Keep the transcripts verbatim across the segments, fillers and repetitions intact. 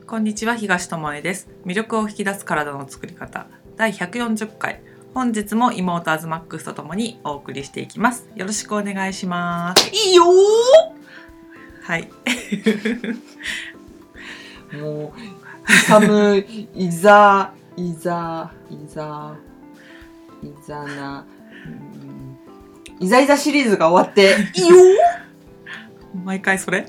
こんにちは、東智恵です。魅力を引き出す体の作り方だいひゃくよんじゅっかい、本日も妹アズマックスとともにお送りしていきます。よろしくお願いします。 いいよー。 はいもう寒い、いざいざいざいざな、うん、いざいざシリーズが終わっていいよー毎回それ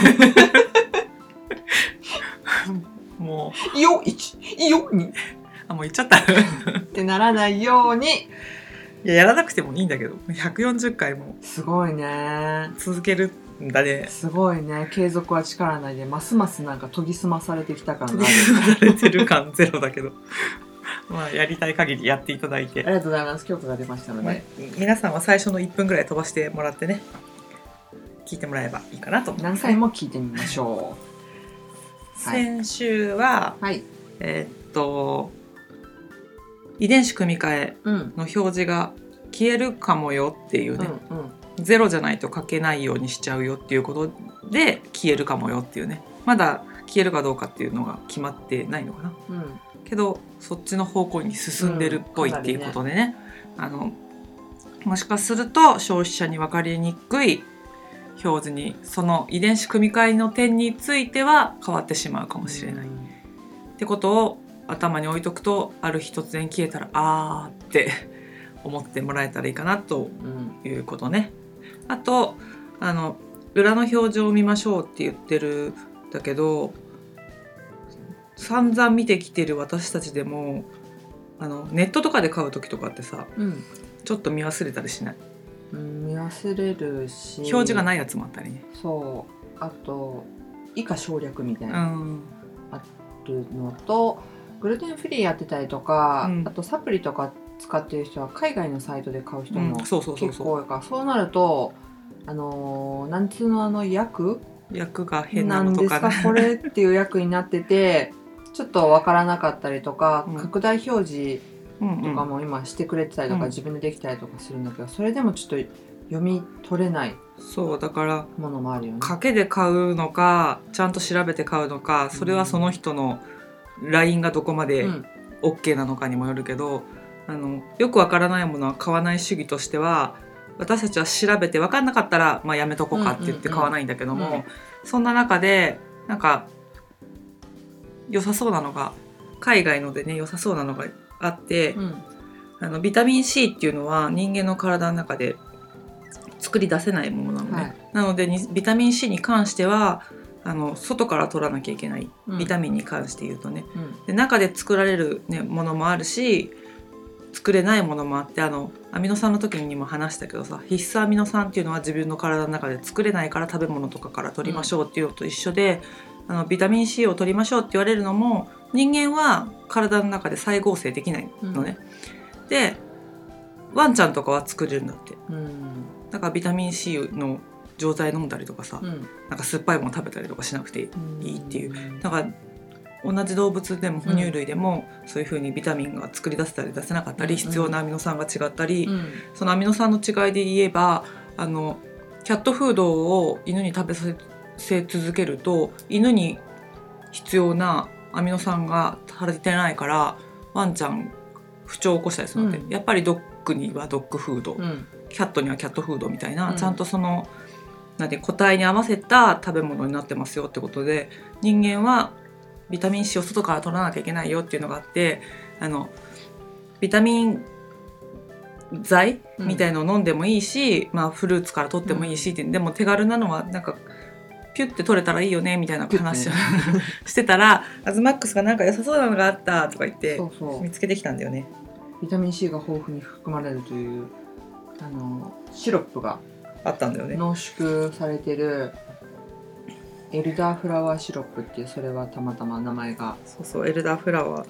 もういいよいちいいよにあもう言っちゃったってならないように。 いや、やらなくてもいいんだけど、ひゃくよんじゅっかいもすごいね、 続けるんだね。 すごいね、継続は力なりでますますなんか研ぎ澄まされてきた感がある。 研ぎ澄まされてる感ゼロだけどまあやりたい限りやっていただいてありがとうございます。許可が出ましたので、まあ、 皆さんは最初のいっぷんぐらい飛ばしてもらってね、聞いてもらえばいいかなと思います。 何回も聞いてみましょう。 先週は、 はい、 えー、っと遺伝子組み換えの表示が消えるかもよっていうね、うんうん、ゼロじゃないと書けないようにしちゃうよっていうことで消えるかもよっていうね、まだ消えるかどうかっていうのが決まってないのかな、うん、けどそっちの方向に進んでるっぽいっていうことでね、ね、あのもしかすると消費者に分かりにくい表示にその遺伝子組み換えの点については変わってしまうかもしれない、うん、ってことを頭に置いとくと、ある日突然消えたらあーって思ってもらえたらいいかなということね、うん、あとあの裏の表示を見ましょうって言ってるんだけど、散々見てきてる私たちでもあのネットとかで買う時とかってさ、うん、ちょっと見忘れたりしない？ うん、見忘れるし、 表示がないやつもあったりね。 そう、あと以下省略みたいな、うん、あるのと、グルテンフリーやってたりとか、うん、あとサプリとか使ってる人は海外のサイトで買う人も結構多いから、そうなるとあのー、なんつうのあの薬薬が変なのとか、ね、 なんですかこれっていう薬になっててちょっと分からなかったりとか、うん、拡大表示とかも今してくれてたりとか、うん、自分でできたりとかするんだけど、それでもちょっと読み取れないそうだからものもあるよね。 賭けで買うのかちゃんと調べて買うのか、それはその人のラインがどこまで OK なのかにもよるけど、うん、あのよくわからないものは買わない主義としては、私たちは調べて分かんなかったら、まあ、やめとこうかって言って買わないんだけども、うんうんうん、そんな中でなんか良さそうなのが海外のでね良さそうなのがあって、うん、あのビタミン C っていうのは人間の体の中で作り出せないものなのね、はい、なのでビタミン C に関してはあの外から取らなきゃいけない、うん、ビタミンに関して言うとね、うん、で中で作られる、ね、ものもあるし作れないものもあって、あのアミノ酸の時にも話したけどさ、必須アミノ酸っていうのは自分の体の中で作れないから食べ物とかから取りましょうっていうのと一緒で、うん、あのビタミン C を取りましょうって言われるのも人間は体の中で再合成できないのね、うん、でワンちゃんとかは作れるんだって、うん、だからビタミン C の錠剤飲んだりとかさ、うん、なんか酸っぱいもの食べたりとかしなくていいっていう、うん、だから同じ動物でも哺乳類でもそういう風にビタミンが作り出せたり出せなかったり、うん、必要なアミノ酸が違ったり、うん、そのアミノ酸の違いで言えば、あのキャットフードを犬に食べさせ続けると犬に必要なアミノ酸が足りてないからワンちゃん不調を起こしたりするので、うん、やっぱりドッグにはドッグフード、うん、キャットにはキャットフードみたいな、うん、ちゃんとそのなんて個体に合わせた食べ物になってますよってことで、人間はビタミン C を外から取らなきゃいけないよっていうのがあって、あのビタミン剤みたいのを飲んでもいいし、うんまあ、フルーツから取ってもいいしって、うん、でも手軽なのはなんかピュッて取れたらいいよねみたいな話をしてたら、アズマックスがなんか良さそうなのがあったとか言ってそうそう見つけてきたんだよね。 ビタミン C が豊富に含まれるというあのシロップがあったんだよね。 濃縮されてるエルダーフラワーシロップっていう、それはたまたま名前がそうそうエルダーフラワーって、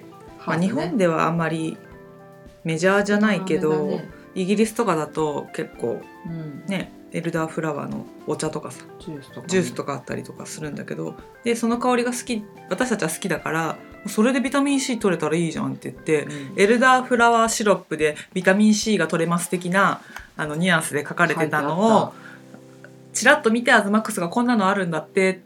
まあ、日本ではあんまりメジャーじゃないけど、ね、イギリスとかだと結構、うん、ねエルダーフラワーのお茶とかさジュースとか、ね、 ジュースとかあったりとかするんだけど、でその香りが好き、私たちは好きだからそれでビタミン C 取れたらいいじゃんって言って、うん、エルダーフラワーシロップでビタミン C が取れます的なあのニュアンスで書かれてたのをチラッと見て、アズマックスがこんなのあるんだってっ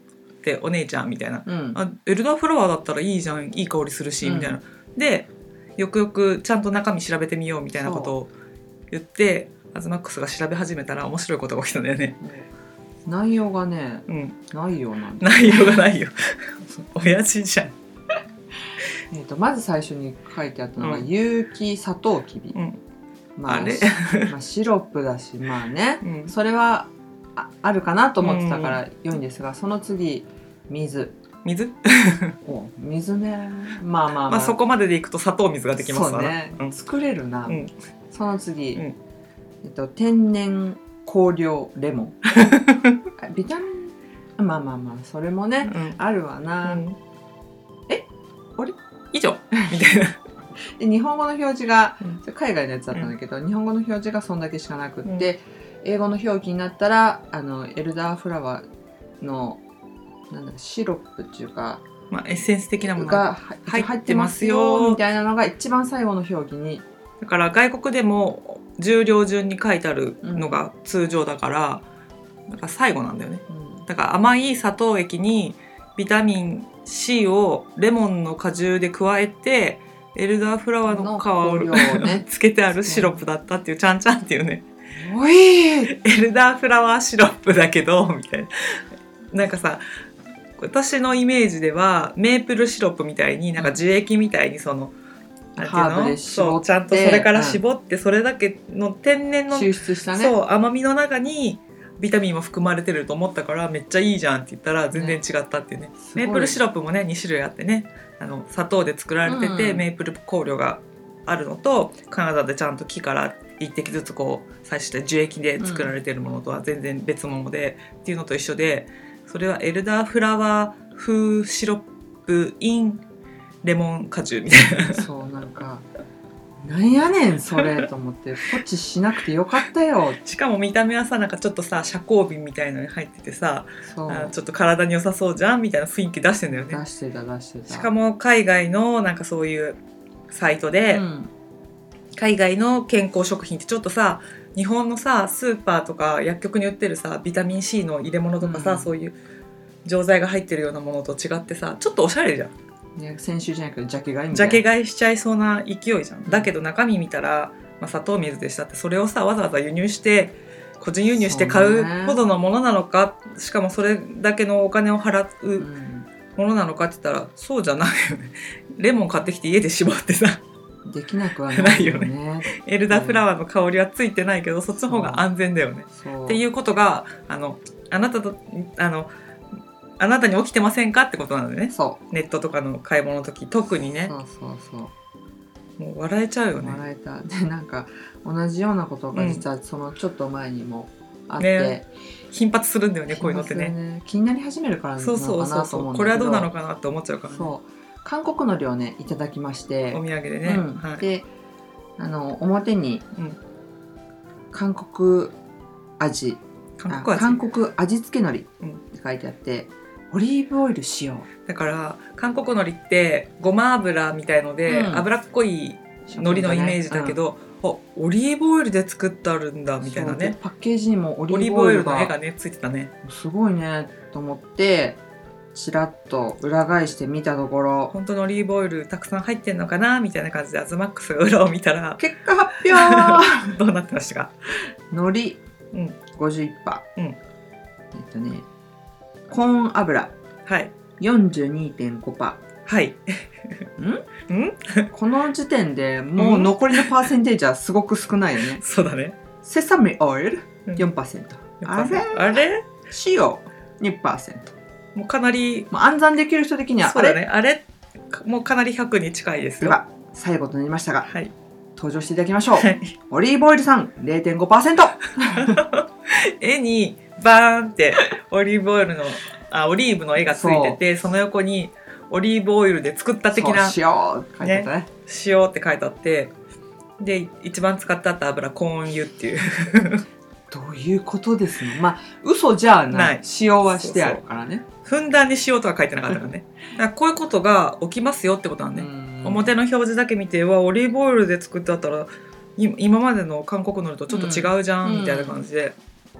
ってお姉ちゃんみたいな、 うん、 あエルダーフラワーだったらいいじゃんいい香りするし、うん、みたいなでよくよくちゃんと中身調べてみようみたいなことを言ってアズマックスが調べ始めたら面白いことが起きたんだよね。 内容がね、 うん、 内容なんだ内容がないよ親父じゃんえとまず最初に書いてあったのが、うん、有機サトウキビ、うん、まあ、あれまあシロップだしまあね、うん、それは あ, あるかなと思ってたから良いんですが、うん、その次水水お水ねまあまあまあ、 まあ、そこまででいくと砂糖水ができますわそうね、うん、作れるな、 うん、 その次、うんえっと、天然香料レモンビタミンまあまあまあそれもね、うん、あるわな、うん、えあれ以上みたいなで日本語の表示が、うん、海外のやつだったんだけど、うん、日本語の表示がそんだけしかなくって、うん、英語の表記になったらあのエルダーフラワーのなんだシロップっていうか、 まあ、エッセンス的なものが入ってますよみたいなのが一番最後の表記にだから外国でも重量順に書いてあるのが通常だから、うん、だから最後なんだよね、うん、だから甘い砂糖液にビタミン C をレモンの果汁で加えてエルダーフラワーの皮を、ね、つけてあるシロップだったっていうちゃんちゃんっていうねおいエルダーフラワーシロップだけどみたいななんかさ私のイメージではメープルシロップみたいになんか樹液みたいにその、 うん、なんていうのハーブで絞ってそうちゃんとそれから絞って、うん、それだけの天然の抽出したねそう甘みの中にビタミンも含まれてると思ったからめっちゃいいじゃんって言ったら全然違ったっていうね、ねメープルシロップもねに種類あってねあの砂糖で作られてて、うん、メープル香料があるのとカナダでちゃんと木から一滴ずつこう採取した樹液で作られてるものとは全然別物で、うん、っていうのと一緒でそれはエルダーフラワー風シロップインレモン果汁みたいなそうなんかなんやねんそれと思ってポチしなくてよかったよしかも見た目はさなんかちょっとさ遮光瓶みたいのに入っててさあちょっと体に良さそうじゃんみたいな雰囲気出してんだよね出してた出してたしかも海外のなんかそういうサイトで、うん、海外の健康食品ってちょっとさ日本のさスーパーとか薬局に売ってるさビタミン C の入れ物とかさ、うん、そういう錠剤が入ってるようなものと違ってさちょっとおしゃれじゃんね、先週じゃないけどジャケ買いみたいなジャケ買いしちゃいそうな勢いじゃん、うん、だけど中身見たら、まあ、砂糖水でしたってそれをさわざわざ輸入して個人輸入して買うほどのものなのか、ね、しかもそれだけのお金を払うものなのかって言ったら、うん、そうじゃないよねレモン買ってきて家で絞ってさできなくはないよねないよねエルダーフラワーの香りはついてないけどそっちの方が安全だよねっていうことがあのあなたとあのあなたに起きてませんかってことなんでねそうネットとかの買い物の時特にねそうそうそうもう笑えちゃうよね笑えたでなんか同じようなことが実はそのちょっと前にもあって、うんね、 頻発するんだよねこういうのってね気になり始めるからなのかなと思うんだけどそうそうそうこれはどうなのかなって思っちゃうからねそう韓国のりをねいただきましてお土産でね、 うんはい、であの表に、うん、韓国味韓国味韓国味付け海苔って書いてあって、うん、オリーブオイル使用だから韓国海苔ってごま油みたいので、うん、脂っこい海苔のイメージだけど、うん、あオリーブオイルで作ってあるんだみたいなねパッケージにもオリーブオイルの絵がねついてたねすごいねと思ってちらっと裏返してみたところ本当のオリーブオイルたくさん入ってんのかなみたいな感じでアズマックスが裏を見たら結果発表どうなってましたか海苔、うん、ごじゅういちパーセント、うん、えっとねコーン油、 はい、 よんじゅうにてんごパーセント はいんんこの時点でもう残りのパーセンテージはすごく少ないよねそうだねセサミオイル よんパーセント、うん、あれあれ塩 にパーセントもうかなりもう暗算できる人的にはそうだねあれもうかなりひゃくに近いですよでは最後となりましたが、 はい、 登場していただきましょう、はい、オリーブオイルさん れいてんごパーセント絵にバーンってオリーブオイルのあオリーブの絵がついてて そ, その横にオリーブオイルで作った的な塩って書いてあったね、ね塩って書いてあってで一番使ってあった油コーン油っていうどういうことですのまあ嘘じゃない塩はしてあるからねふんだんに塩とは書いてなかったからねだからこういうことが起きますよってことなんね表の表示だけ見てはオリーブオイルで作ってあったら今までの韓国のりとちょっと違うじゃん、うん、みたいな感じで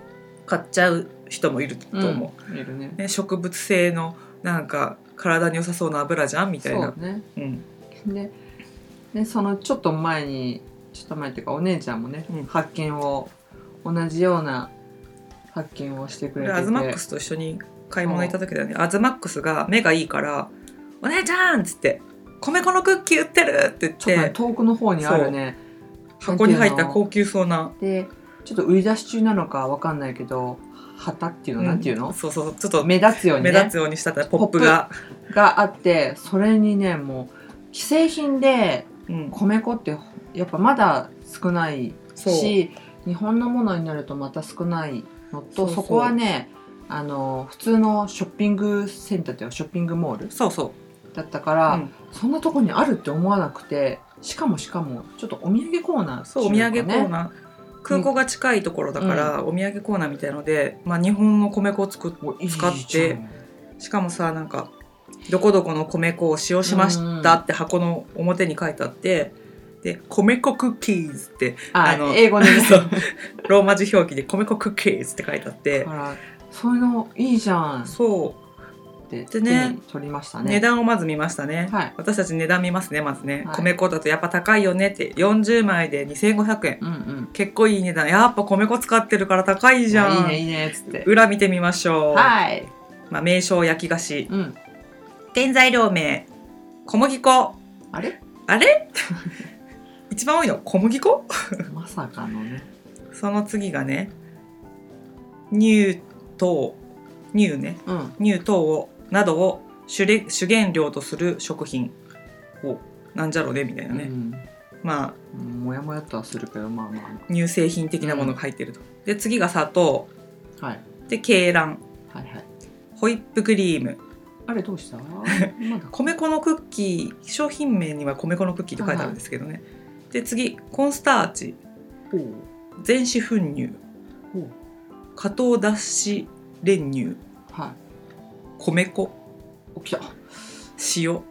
買っちゃう人もいると思う、 うんいるねね、植物性のなんか体に良さそうな油じゃんみたいな。 そうね、 うん、 ででそのちょっと前にちょっと前っていうかお姉ちゃんもね、 うん、 発見を同じような発見をしてくれてて、 アズマックスと一緒に買い物行った時だよね。アズマックスが目がいいから「お姉ちゃん!」っつって「米粉のクッキー売ってる!」って言ってちょっと、ね、遠くの方にあるね箱に入った高級そうなでちょっと売り出し中なのかわかんないけど旗っていうの、うん、なんていうの、 そうそうちょっと目立つようにね目立つようにしたポップがポップがあって、それにねもう既製品で米粉ってやっぱまだ少ないし、うん、日本のものになるとまた少ないのと、そうそう、そこはねあの普通のショッピングセンターっていうかショッピングモールそうそうだったから、 うん、 そんなとこにあるって思わなくて、しかもしかもちょっとお土産コーナー、ね、 そうお土産コーナー空港が近いところだから、うん、お土産コーナーみたいので、まあ、日本の米粉をつく使ってしかもさなんかどこどこの米粉を使用しましたって箱の表に書いてあって、で米粉クッキーズってあの英語で、ね、 そうローマ字表記で米粉クッキーズって書いてあって、 だからそういうのいいじゃんそうで手に取りましたね。 値段をまず見ましたね、はい、私たち値段見ますねまずね、はい、米粉だとやっぱ高いよねってよんじゅうまいでにせんごひゃくえん、うんうん、結構いい値段、やっぱ米粉使ってるから高いじゃん、 いいねいいねっつって裏見てみましょう。 はい、 まあ、名称焼き菓子、うん、原材料名小麦粉、 あれあれ一番多いの小麦粉まさかのね。 その次がね乳糖乳ね、うん、乳糖をなどを 主, 主原料とする食品をなんじゃろうねみたいなね、うん、まあもやもやとはするけどまあまあ乳製品的なものが入ってると、うん、で次が砂糖、 はい、 で鶏卵、 はいはい、 ホイップクリーム、 あれどうした米粉のクッキー、商品名には米粉のクッキーって書いてあるんですけどね、はいはい、で次コーンスターチ、全子粉乳、加糖脱脂練乳、はい、米粉、 きた塩、はい、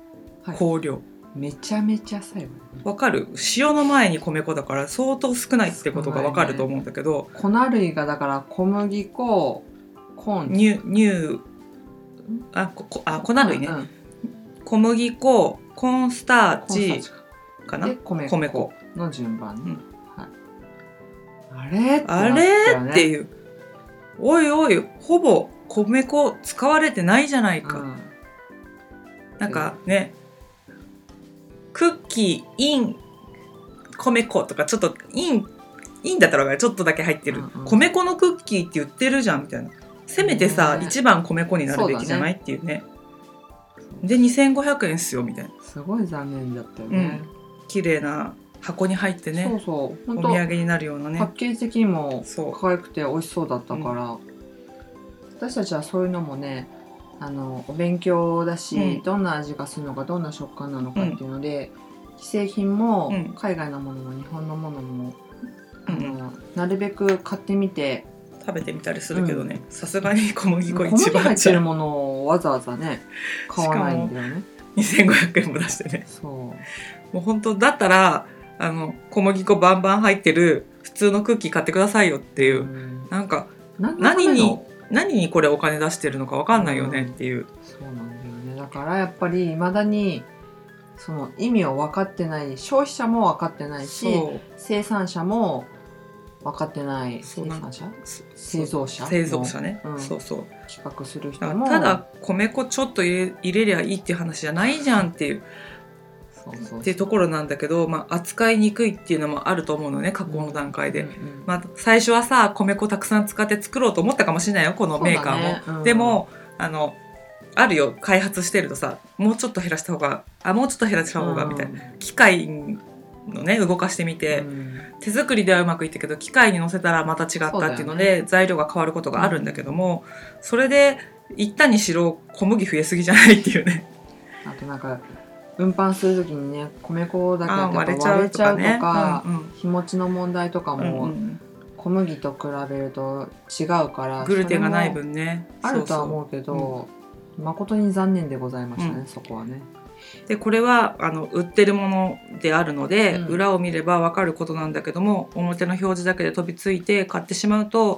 香料、 めちゃめちゃ最後わかる？塩の前に米粉だから相当少ないってことがわかると思うんだけど、 ね、粉類がだから小麦粉、コーン、 乳、乳あこあ粉類ね、うんうん、小麦粉、コーンスターチかな、 で米粉、米粉の順番、うんはい、あれってあれ、ね、っていう、おいおいほぼ米粉使われてないじゃないか、うん、なんかねクッキーイン米粉とかちょっとインインだったらちょっとだけ入ってる、うんうん、米粉のクッキーって言ってるじゃんみたいな、せめてさ、ね、一番米粉になるべきじゃない、ね、っていうね。でにせんごひゃくえんっすよみたいな、 すごい残念だったよね、 うん、綺麗な箱に入ってね、 そうそうお土産になるようなね、 パッケージ的にも可愛くて美味しそうだったから、うん、私たちはそういうのもねあのお勉強だし、うん、どんな味がするのかどんな食感なのかっていうので、うん、既製品も、うん、海外のものも日本のものも、うん、あのなるべく買ってみて食べてみたりするけどね、さすがに小麦粉一番小麦入ってるものをわざわざね買わないんだよね。 にせんごひゃくえんも出してね、 そうもう本当だったらあの小麦粉バンバン入ってる普通のクッキー買ってくださいよっていう、うん、なんか何に何にこれお金出してるのか分かんないよねっていう、うん、 そうなんだよね。だからやっぱり未だにその意味を分かってない、消費者も分かってないし生産者も分かってない、生産者製造者製造者ね、うん、そうそう企画する人もただ米粉ちょっと入れ、入れりゃいいっていう話じゃないじゃんっていうそうそうそうっていうところなんだけど、まあ、扱いにくいっていうのもあると思うのね、加工の段階で、うんうんうんまあ、最初はさ米粉たくさん使って作ろうと思ったかもしれないよこのメーカーも、ねうん、でもあのあるよ開発してるとさもうちょっと減らした方があもうちょっと減らした方がみたいな、うん、機械のね動かしてみて、うん、手作りではうまくいったけど機械に乗せたらまた違ったっていうので、ね、材料が変わることがあるんだけども、うん、それで言ったにしろ小麦増えすぎじゃないっていうね。 あとなんか運搬するときにね米粉だけだと割れちゃうとか、ねうんうん、日持ちの問題とかも小麦と比べると違うから、 グルテンがない分ねあるとは思うけどそうそう、うん、誠に残念でございましたね、うん、そこはね。 でこれはあの売ってるものであるので、うん、裏を見れば分かることなんだけども表の表示だけで飛びついて買ってしまうと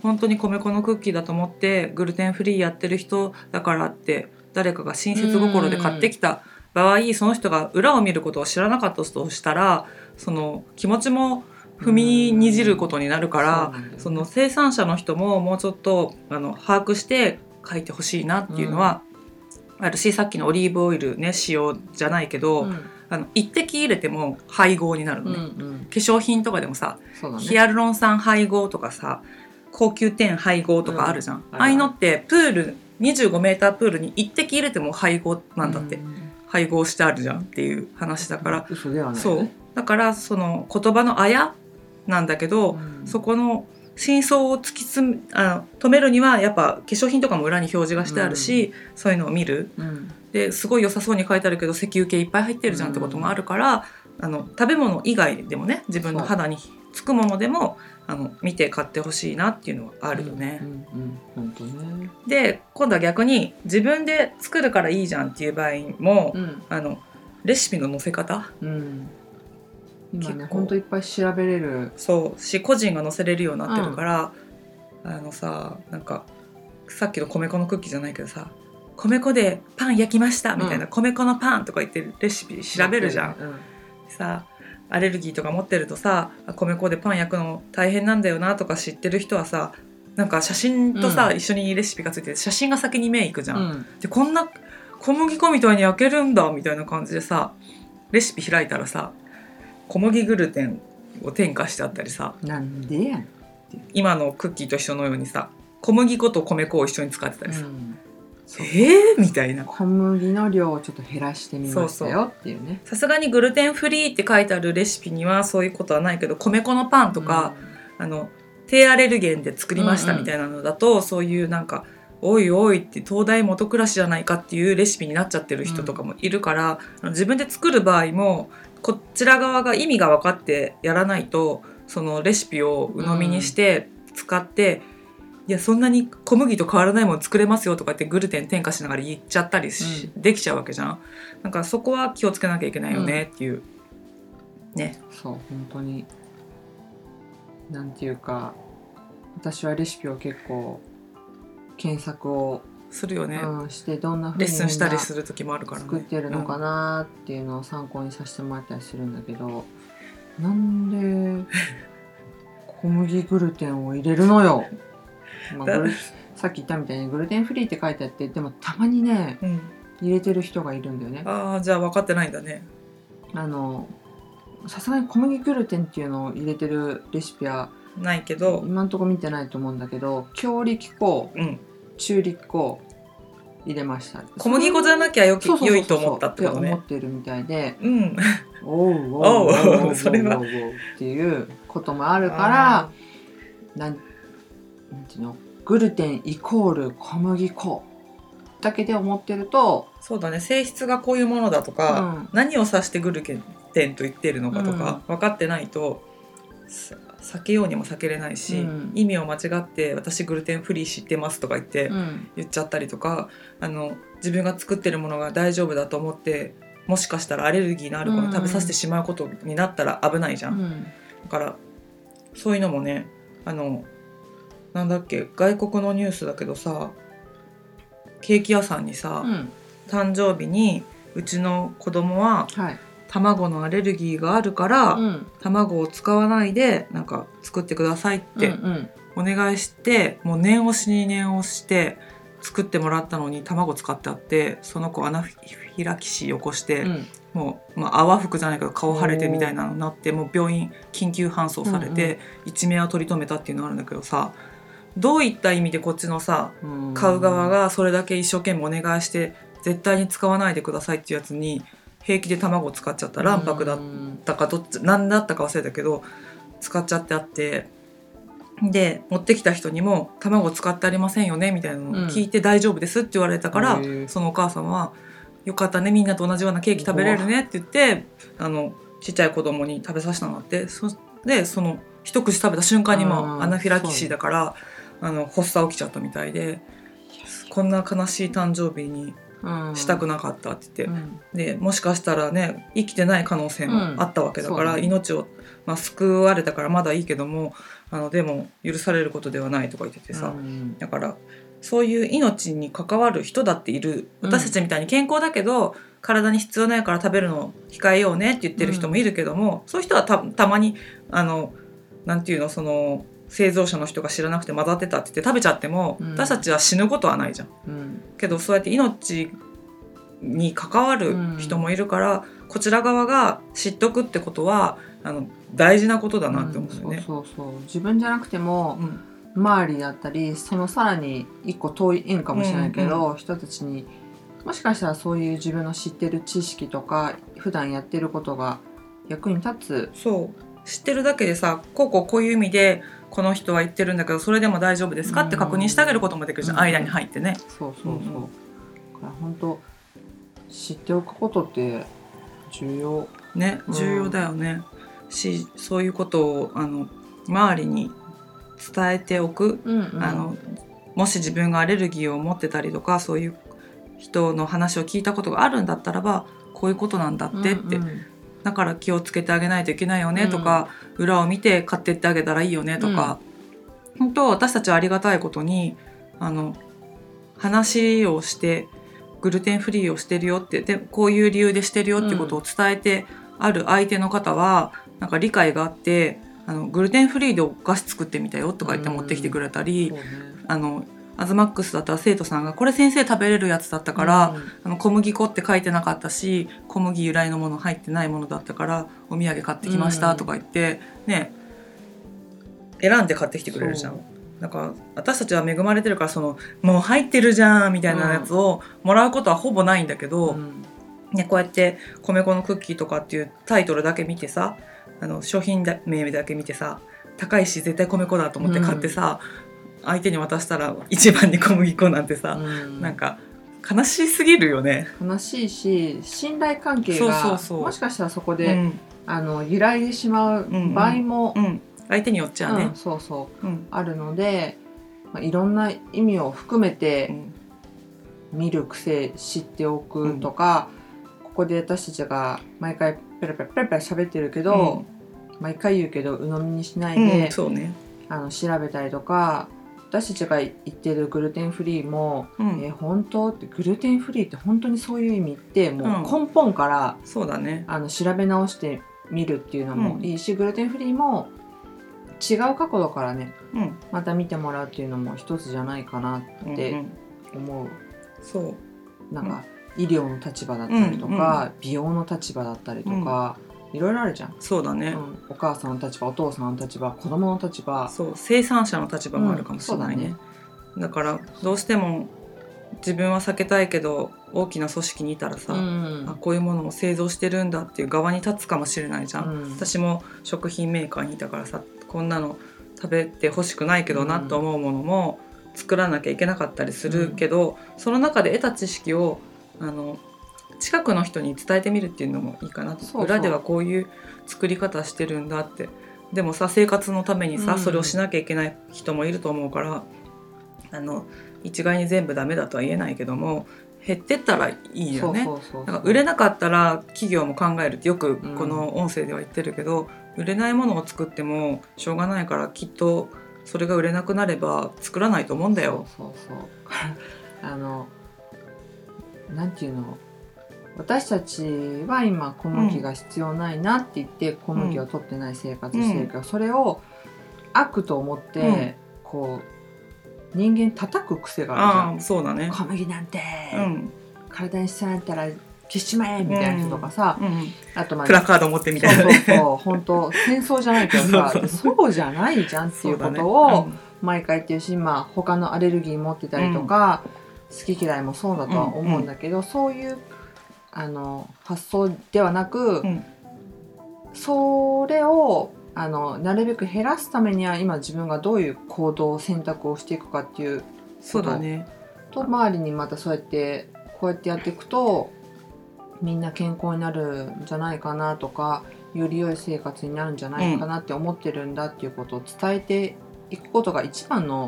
本当に米粉のクッキーだと思ってグルテンフリーやってる人だからって誰かが親切心で買ってきた場合、その人が裏を見ることを知らなかったとしたらその気持ちも踏みにじることになるから、そ, その生産者の人ももうちょっとあの把握して書いてほしいなっていうのはあるし、さっきのオリーブオイルね塩じゃないけど、うん、あの一滴入れても配合になるのね、うんうん、化粧品とかでもさ、ね、ヒアルロン酸配合とかさ高級店配合とかあるじゃん、うん、ああいうのってプールにじゅうごメータープールに一滴入れても配合なんだって、うん、配合してあるじゃんっていう話だから、 嘘ではないね、 そうだからその言葉のあやなんだけど、うん、そこの真相を突き詰めあの止めるにはやっぱ化粧品とかも裏に表示がしてあるし、うん、そういうのを見る、うん、ですごい良さそうに書いてあるけど石油系いっぱい入ってるじゃんってこともあるから、うん、あの食べ物以外でもね自分の肌につくものでもあの見て買ってほしいなっていうのはあるよね、うんうんうん、本当ね。で今度は逆に自分で作るからいいじゃんっていう場合も、うん、あのレシピの載せ方、うん今ねほんといっぱい調べれるそうし個人が載せれるようになってるから、うん、あのさなんかさっきの米粉のクッキーじゃないけどさ米粉でパン焼きましたみたいな、うん、米粉のパンとか言ってレシピ調べるじゃん、うん、さアレルギーとか持ってるとさ米粉でパン焼くの大変なんだよなとか知ってる人はさなんか写真とさ、うん、一緒にレシピがついてて写真が先に目いくじゃん、うん、でこんな小麦粉みたいに焼けるんだみたいな感じでさレシピ開いたらさ小麦グルテンを添加してあったりさなんでやん今のクッキーと一緒のようにさ小麦粉と米粉を一緒に使ってたりさ、うん、えーみたいな小麦の量をちょっと減らしてみましたよっていうねさすがにグルテンフリーって書いてあるレシピにはそういうことはないけど米粉のパンとか、うん、あの低アレルゲンで作りましたみたいなのだと、うんうん、そういうなんかおいおいって東大元暮らしじゃないかっていうレシピになっちゃってる人とかもいるから、うん、自分で作る場合もこちら側が意味が分かってやらないとそのレシピを鵜呑みにして使って、うん、いやそんなに小麦と変わらないもの作れますよとかってグルテン添加しながら言っちゃったりし、うん、できちゃうわけじゃん。なんかそこは気をつけなきゃいけないよねっていう、うん、ね。 そう本当になんていうか私はレシピを結構検索をするよね、 うん、してどんな風にレッスンしたりする時もあるからね作ってるのかなっていうのを参考にさせてもらったりするんだけど、うん、なんで小麦グルテンを入れるのよ、まあ、グルさっき言ったみたいにグルテンフリーって書いてあってでもたまにね、うん、入れてる人がいるんだよね。 ああじゃあ分かってないんだね。 あのさすがに小麦グルテンっていうのを入れてるレシピはないけど今んとこ見てないと思うんだけど強力粉、うん、中力粉入れました。 小麦粉じゃなきゃよき良いと思ったってことね。 思ってるみたいで、 うん、 おうおうおうそれはっていうこともあるからなん、なんていうのグルテンイコール小麦粉だけで思ってるとそうだね性質がこういうものだとか、うん、何を指してグルテンと言ってるのかとか、うん、分かってないと避けようにも避けれないし、うん、意味を間違って私グルテンフリー知ってますとか言って、うん、言っちゃったりとかあの自分が作ってるものが大丈夫だと思ってもしかしたらアレルギーのある子に食べさせてしまうことになったら危ないじゃん、うん、だからそういうのもねあのなんだっけ外国のニュースだけどさケーキ屋さんにさ、うん、誕生日にうちの子供は、はい卵のアレルギーがあるから、うん、卵を使わないでなんか作ってくださいってお願いして、うんうん、もう念押しに念押して作ってもらったのに卵使ってあってその子アナフィラキシー起こして、うん、もう、まあ、泡吹くじゃないけど顔腫れてみたいなのになってもう病院緊急搬送されて、うんうん、一命は取り留めたっていうのがあるんだけどさどういった意味でこっちのさ買う側がそれだけ一生懸命お願いして絶対に使わないでくださいっていうやつに平気で卵を使っちゃった卵白だったかどっち何だったか忘れたけど使っちゃってあってで持ってきた人にも卵使ってありませんよねみたいなのを聞いて大丈夫ですって言われたから、うん、そのお母さんはよかったねみんなと同じようなケーキ食べれるねって言ってあのちっちゃい子供に食べさせたのってそでその一口食べた瞬間にもアナフィラキシーだからあの発作起きちゃったみたいでこんな悲しい誕生日にしたくなかったって言って、うん、でもしかしたらね生きてない可能性もあったわけだから、うんね、命を、まあ、救われたからまだいいけどもあのでも許されることではないとか言っててさ、うん、だからそういう命に関わる人だっている。私たちみたいに健康だけど、うん、体に必要ないから食べるのを控えようねって言ってる人もいるけども、うん、そういう人は た, たまにあのなんていうのその製造者の人が知らなくて混ざってたって言って食べちゃっても、うん、私たちは死ぬことはないじゃん、うん、けどそうやって命に関わる人もいるから、うん、こちら側が知っとくってことはあの大事なことだなって思うよね、 うん、そうそうそう自分じゃなくても、うん周りだったりそのさらに一個遠い縁かもしれないけど、うんうん、人たちにもしかしたらそういう自分の知ってる知識とか普段やってることが役に立つ。 そう知ってるだけでさこうこうこういう意味でこの人は言ってるんだけどそれでも大丈夫ですかって確認してあげることもできるじゃん、うん、間に入ってね。 そうそうそう、うんうん、だから本当知っておくことって重要ね重要だよね、うん、しそういうことをあの周りに伝えておく、うんうん、あのもし自分がアレルギーを持ってたりとかそういう人の話を聞いたことがあるんだったらばこういうことなんだってって、うんうん、だから気をつけてあげないといけないよねとか、うん、裏を見て買ってってあげたらいいよねとか、うん、本当私たちはありがたいことにあの話をしてグルテンフリーをしてるよってでこういう理由でしてるよってことを伝えてある相手の方はなんか理解があってあのグルテンフリーでお菓子作ってみたよとか言って持ってきてくれたり、うんね、あのアズマックスだったら生徒さんがこれ先生食べれるやつだったから、うん、あの小麦粉って書いてなかったし小麦由来のもの入ってないものだったからお土産買ってきましたとか言って、うん、ね選んで買ってきてくれるじゃん。だから私たちは恵まれてるからそのもう入ってるじゃんみたいなやつをもらうことはほぼないんだけど、うんね、こうやって米粉のクッキーとかっていうタイトルだけ見てさあの商品名だけ見てさ高いし絶対米粉だと思って買ってさ、うん、相手に渡したら一番に小麦粉なんてさ、うん、なんか悲しすぎるよね。 悲しいし信頼関係がそうそうそうもしかしたらそこで、うん、あの揺らいでしまう場合も、 うんうん、相手によっちゃね、 うん、そうそう、うん、あるので、まあ、いろんな意味を含めて、うん、見る癖知っておくとか、うん、ここで私たちが毎回ペラペラペラペラ喋ってるけど、うん、毎回言うけど鵜呑みにしないで、 うんそうね、 あの調べたりとか私たちが言ってるグルテンフリーも、うんえー、本当ってグルテンフリーって本当にそういう意味ってもう根本から、 うん、そうだね、 あの調べ直してみるっていうのもいいし、うん、グルテンフリーも違う角度からね、うん、また見てもらうっていうのも一つじゃないかなって思う、うんうん、そうなんか、うん、医療の立場だったりとか、うんうん、美容の立場だったりとか、うん、いろいろあるじゃん。 そうだね、 うん、お母さんの立場お父さんの立場子供の立場そう生産者の立場もあるかもしれないね、うん、だねだからどうしても自分は避けたいけど大きな組織にいたらさ、うん、あこういうものを製造してるんだっていう側に立つかもしれないじゃん、うん、私も食品メーカーにいたからさこんなの食べてほしくないけどなと思うものも作らなきゃいけなかったりするけど、うん、その中で得た知識をあの近くの人に伝えてみるっていうのもいいかなと。そうそう裏ではこういう作り方してるんだって。でもさ生活のためにさ、うん、それをしなきゃいけない人もいると思うからあの一概に全部ダメだとは言えないけども減ってったらいいよね。売れなかったら企業も考えるってよくこの音声では言ってるけど、うん、売れないものを作ってもしょうがないからきっとそれが売れなくなれば作らないと思うんだよ。 そうそうそうあのなんていうの私たちは今小麦が必要ないなって言って小麦を取ってない生活してるけど、うん、それを悪と思って、うん、こう人間叩く癖があるじゃん。 あそうだね、 小麦なんて、うん、体に必要ないったら消しちまえみたいな人とかさ、うんうん、 あとまあプラカード持ってみたいな、ね、 そうそうそう本当戦争じゃないけどさそうそうじゃないじゃんっていうことを毎回言ってるし、まあ、他のアレルギー持ってたりとか、うん、好き嫌いもそうだとは思うんだけど、うんうん、そういうあの発想ではなく、うん、それをあのなるべく減らすためには今自分がどういう行動選択をしていくかっていうそうだねと周りにまたそうやってこうやってやっていくとみんな健康になるんじゃないかなとかより良い生活になるんじゃないかなって思ってるんだっていうことを伝えていくことが一番の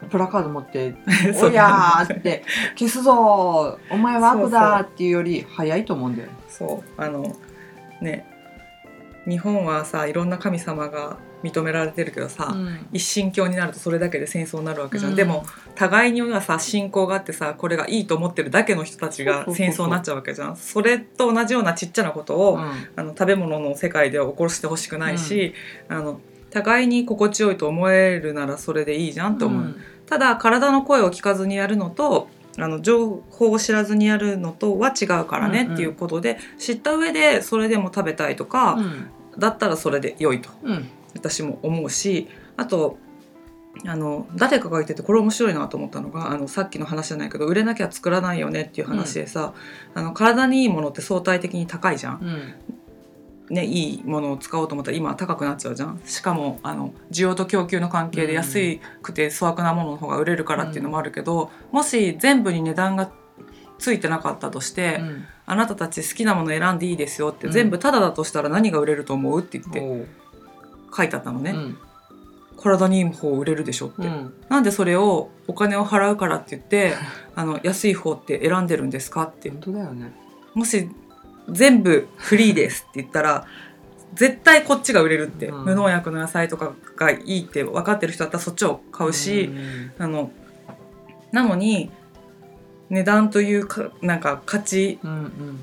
プラカード持って「おやー!」って「消すぞーお前は悪だ!」っていうより早いと思うんだよね。 そうあのね日本はさいろんな神様が認められてるけどさ、うん、一神教になるとそれだけで戦争になるわけじゃん、うん、でも互いにはさ信仰があってさこれがいいと思ってるだけの人たちが戦争になっちゃうわけじゃん。それと同じようなちっちゃなことを、うん、あの食べ物の世界では起こしてほしくないし、うん、あの互いに心地よいと思えるならそれでいいじゃんって思う、うん、ただ体の声を聞かずにやるのとあの情報を知らずにやるのとは違うからねっていうことで、うんうん、知った上でそれでも食べたいとか、うん、だったらそれで良いと、うん、私も思うし、あとあの誰かが言っててこれ面白いなと思ったのがあのさっきの話じゃないけど売れなきゃ作らないよねっていう話でさ、うん、あの体にいいものって相対的に高いじゃん、うんね、いいものを使おうと思ったら今は高くなっちゃうじゃん。しかもあの需要と供給の関係で安くて粗悪なものの方が売れるからっていうのもあるけど、うん、もし全部に値段がついてなかったとして、うん、あなたたち好きなもの選んでいいですよって、うん、全部タダだとしたら何が売れると思うって言って書いてあったのね、うん、体にいい方売れるでしょって、うん、なんでそれをお金を払うからって言ってあの安い方って選んでるんですかって。 本当だよね。 もし全部フリーですって言ったら絶対こっちが売れるって、うん、無農薬の野菜とかがいいって分かってる人だったらそっちを買うし、うん、あのなのに値段というかなんか価値、うんうん、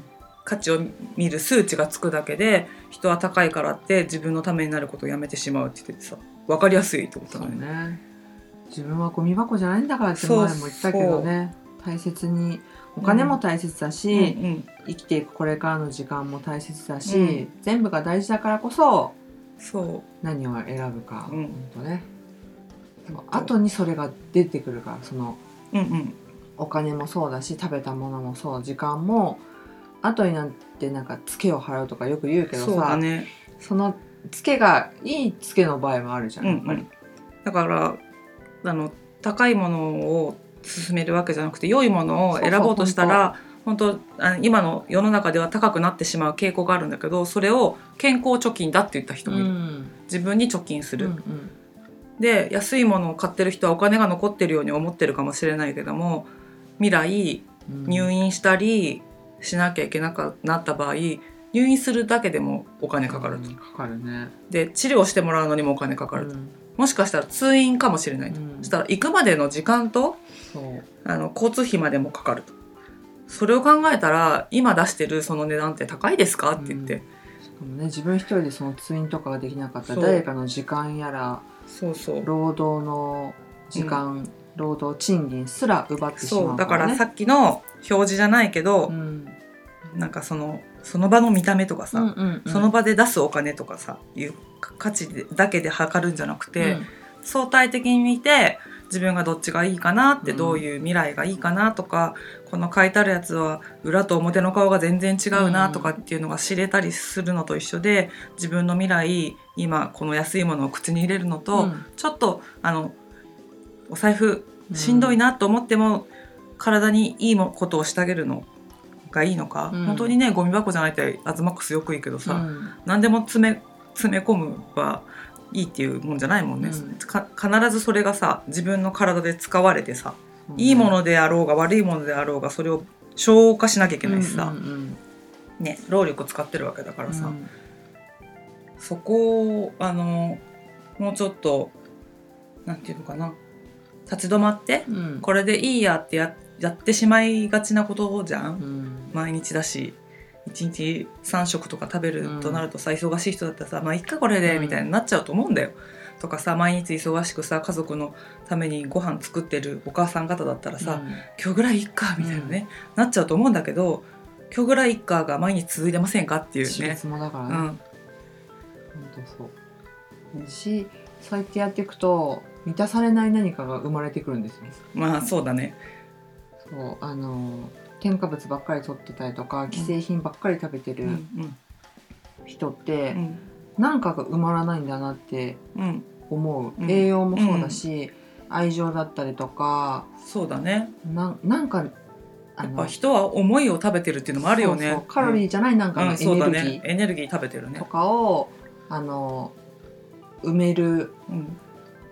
価値を見る数値がつくだけで人は高いからって自分のためになることをやめてしまうって言っててさ分かりやすいってことだね。 そうね。自分はゴミ箱じゃないんだからって前も言ったけどね、大切にお金も大切だし、うんうんうん、生きていくこれからの時間も大切だし、うん、全部が大事だからこそ、そう何を選ぶか、うん、本当ね。後にそれが出てくるからその、うんうん、お金もそうだし食べたものもそう時間も後になってなんかツケを払うとかよく言うけどさ、そうだね、そのツケがいいツケの場合もあるじゃん、やっぱり、うんうん、 だからあの高いものを進めるわけじゃなくて良いものを選ぼうとしたら本当あの今の世の中では高くなってしまう傾向があるんだけど、それを健康貯金だって言った人もいる、うん、自分に貯金する、うんうん、で安いものを買ってる人はお金が残ってるように思ってるかもしれないけども未来入院したりしなきゃいけなくなった場合入院するだけでもお金かかると、うん、 かかるね。 で治療してもらうのにもお金かかると、うん、もしかしたら通院かもしれないと、うん、そしたら行くまでの時間とそうあの交通費までもかかると。それを考えたら今出してるその値段って高いですかって言って、うん、 しかもね自分一人でその通院とかができなかったら誰かの時間やらそうそう労働の時間、うん、労働賃金すら奪ってしまうからね。そうだからさっきの表示じゃないけど、うん、なんかそのその場の見た目とかさ、うんうんうん、その場で出すお金とかさいう価値だけで測るんじゃなくて、うん、相対的に見て自分がどっちがいいかなって、うん、どういう未来がいいかなとかこの書いてあるやつは裏と表の顔が全然違うなとかっていうのが知れたりするのと一緒で、自分の未来今この安いものを口に入れるのと、うん、ちょっとあのお財布しんどいなと思っても、うん、体にいいことをしてあげるのがいいのか、うん、本当にねゴミ箱じゃないってアズマックスよくいいけどさ、うん、何でも詰め、詰め込むはいいっていうもんじゃないもんね、うん、か必ずそれがさ自分の体で使われてさ、うん、いいものであろうが悪いものであろうがそれを消化しなきゃいけないしさ、うんうんうんね、労力使ってるわけだからさ、うん、そこをあのもうちょっとなんていうのかな立ち止まって、うん、これでいいやってや、やってしまいがちなことじゃん、うん、毎日だしいちにちさん食とか食べるとなるとさ、うん、忙しい人だったらさまあいっかこれでみたいになっちゃうと思うんだよ、うん、とかさ毎日忙しくさ家族のためにご飯作ってるお母さん方だったらさ、うん、今日ぐらいいっかみたいなね、うん、なっちゃうと思うんだけど今日ぐらいいっかが毎日続いてませんかっていうね。 私立もだからね、うん、本当そうしそうやってやっていくと満たされない何かが生まれてくるんですよ。 まあそうだね。 そうあの添加物ばっかり取ってたりとか既製品ばっかり食べてる人って、うん、なんかが埋まらないんだなって思う、うん、栄養もそうだし、うん、愛情だったりとかそうだねな, なんかあのやっぱ人は思いを食べてるっていうのもあるよね。そうそうカロリーじゃないなんかのエネルギー、うんうんね、 エネルギー食べてるねとかをあの埋める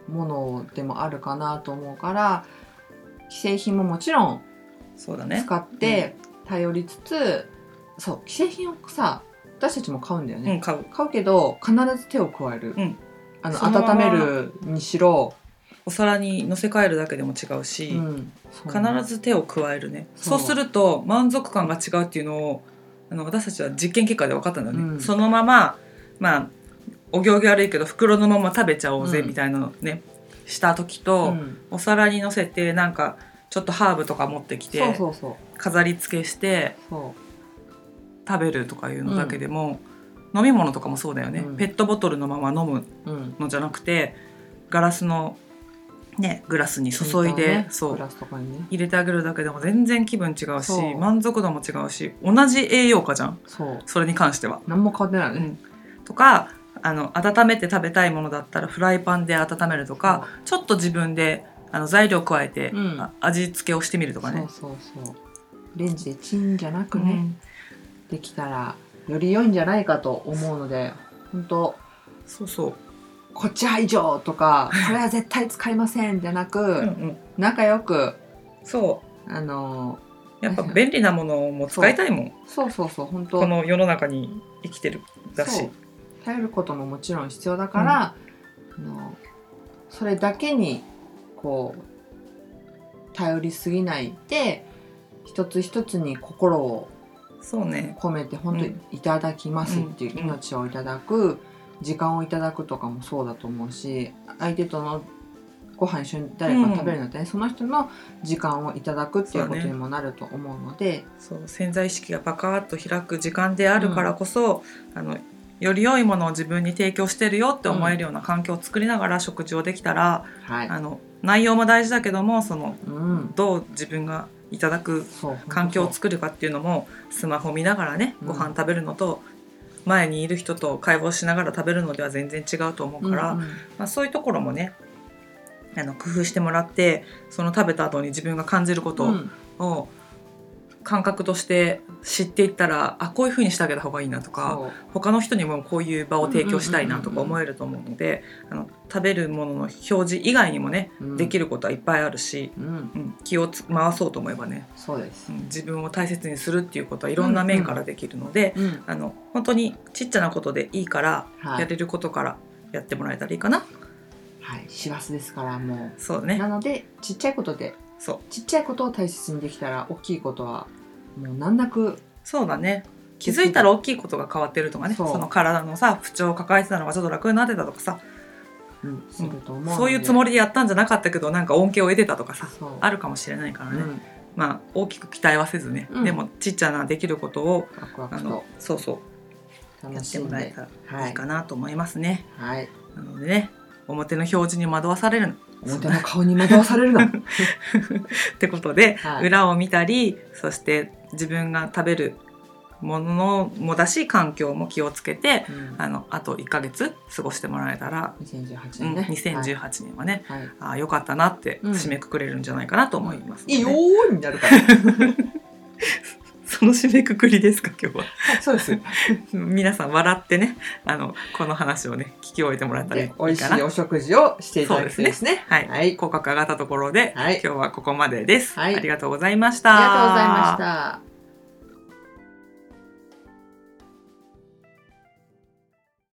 ものでもあるかなと思うから、既製品ももちろんそうだね使って頼りつつ、うん、そう既製品をさ私たちも買うんだよね、 うん、買う買うけど必ず手を加える、うん、あのの温めるにしろお皿に乗せ替えるだけでも違うし、うん、必ず手を加えるね。そうすると満足感が違うっていうのをあの私たちは実験結果で分かったんだよね、うん、そのまままあお行儀悪いけど袋のまま食べちゃおうぜみたいなのね、うん、した時と、うん、お皿に乗せてなんかちょっとハーブとか持ってきてそうそうそう飾り付けして食べるとかいうのだけでも、うん、飲み物とかもそうだよね、うん、ペットボトルのまま飲むのじゃなくてガラスのね、グラスに注いで、ね、そうグラスとかに、ね、入れてあげるだけでも全然気分違うし満足度も違うし同じ栄養価じゃん そ, それに関しては何も変わってないね、うん、 とかあの温めて食べたいものだったらフライパンで温めるとかちょっと自分であの材料加えて、うん、味付けをしてみるとかね。 そうそうそうレンジでチンじゃなくね、うん、できたらより良いんじゃないかと思うので本当そうそうこっちは以上とかこれは絶対使いませんじゃなくうん、うん、仲良くそうあのやっぱ便利なものも使いたいもん。 そうそうそう本当この世の中に生きてるだし頼ることももちろん必要だから、うん、あのそれだけにこう頼りすぎないで一つ一つに心を込めて本当にいただきますっていう命をいただく時間をいただくとかもそうだと思うし相手とのご飯一緒に誰か食べるので、ねうん、その人の時間をいただくっていうことにもなると思うのでそう、ね、そう潜在意識がバカーッと開く時間であるからこそ、うん、あのより良いものを自分に提供してるよって思えるような環境を作りながら食事をできたら、うんはい、あの内容も大事だけどもその、うん、どう自分がいただく環境を作るかっていうのもスマホ見ながらねご飯食べるのと、うん、前にいる人と会話をしながら食べるのでは全然違うと思うから、うんうんまあ、そういうところもねあの工夫してもらってその食べた後に自分が感じることを感覚として知っていったら、うん、あこういう風にしてあげた方がいいなとか他の人にもこういう場を提供したいなとか思えると思うのであの食べるものの表示以外にもね、うん、できることはいっぱいあるし、うんうん、気を回そうと思えばねそうです、 うん、自分を大切にするっていうことはいろんな面からできるので、うんうん、あの本当にちっちゃなことでいいから、はい、やれることからやってもらえたらいいかな。 はい、師走ですからもうそう、ね、 なのでちっちゃいことでそうちっちゃいことを大切にできたら大きいことはもう難なくそうだね気づいたら大きいことが変わってるとかね そ, その体のさ不調を抱えてたのがちょっと楽になってたとかさ、 うんすると思うので、 そういうつもりでやったんじゃなかったけどなんか恩恵を得てたとかさあるかもしれないからね、うん、まあ大きく期待はせずね、うん、でもちっちゃなできることをワクワクあのそうそうやってもらえたらいいかなと思いますね、 はい、 なのでね表の表示に惑わされる表の顔に惑わされるなってことで、はい、裏を見たりそして自分が食べるものもだし環境も気をつけて、うん、あのあといっかげつ過ごしてもらえたらにせんじゅうはちねんね、 うん、にせんじゅうはちねんはね、はい、あ良かったなって締めくくれるんじゃないかなと思います、 ねうん、いいよーになるからその締めくくりですか今日は。 そうです皆さん笑ってねあのこの話をね聞き終えてもらえたらいいかな。 美味しいお食事をしていただきたいですね。 はい、はい、口角上がったところで、はい、今日はここまでです、はい、ありがとうございました。 ありがとうございました。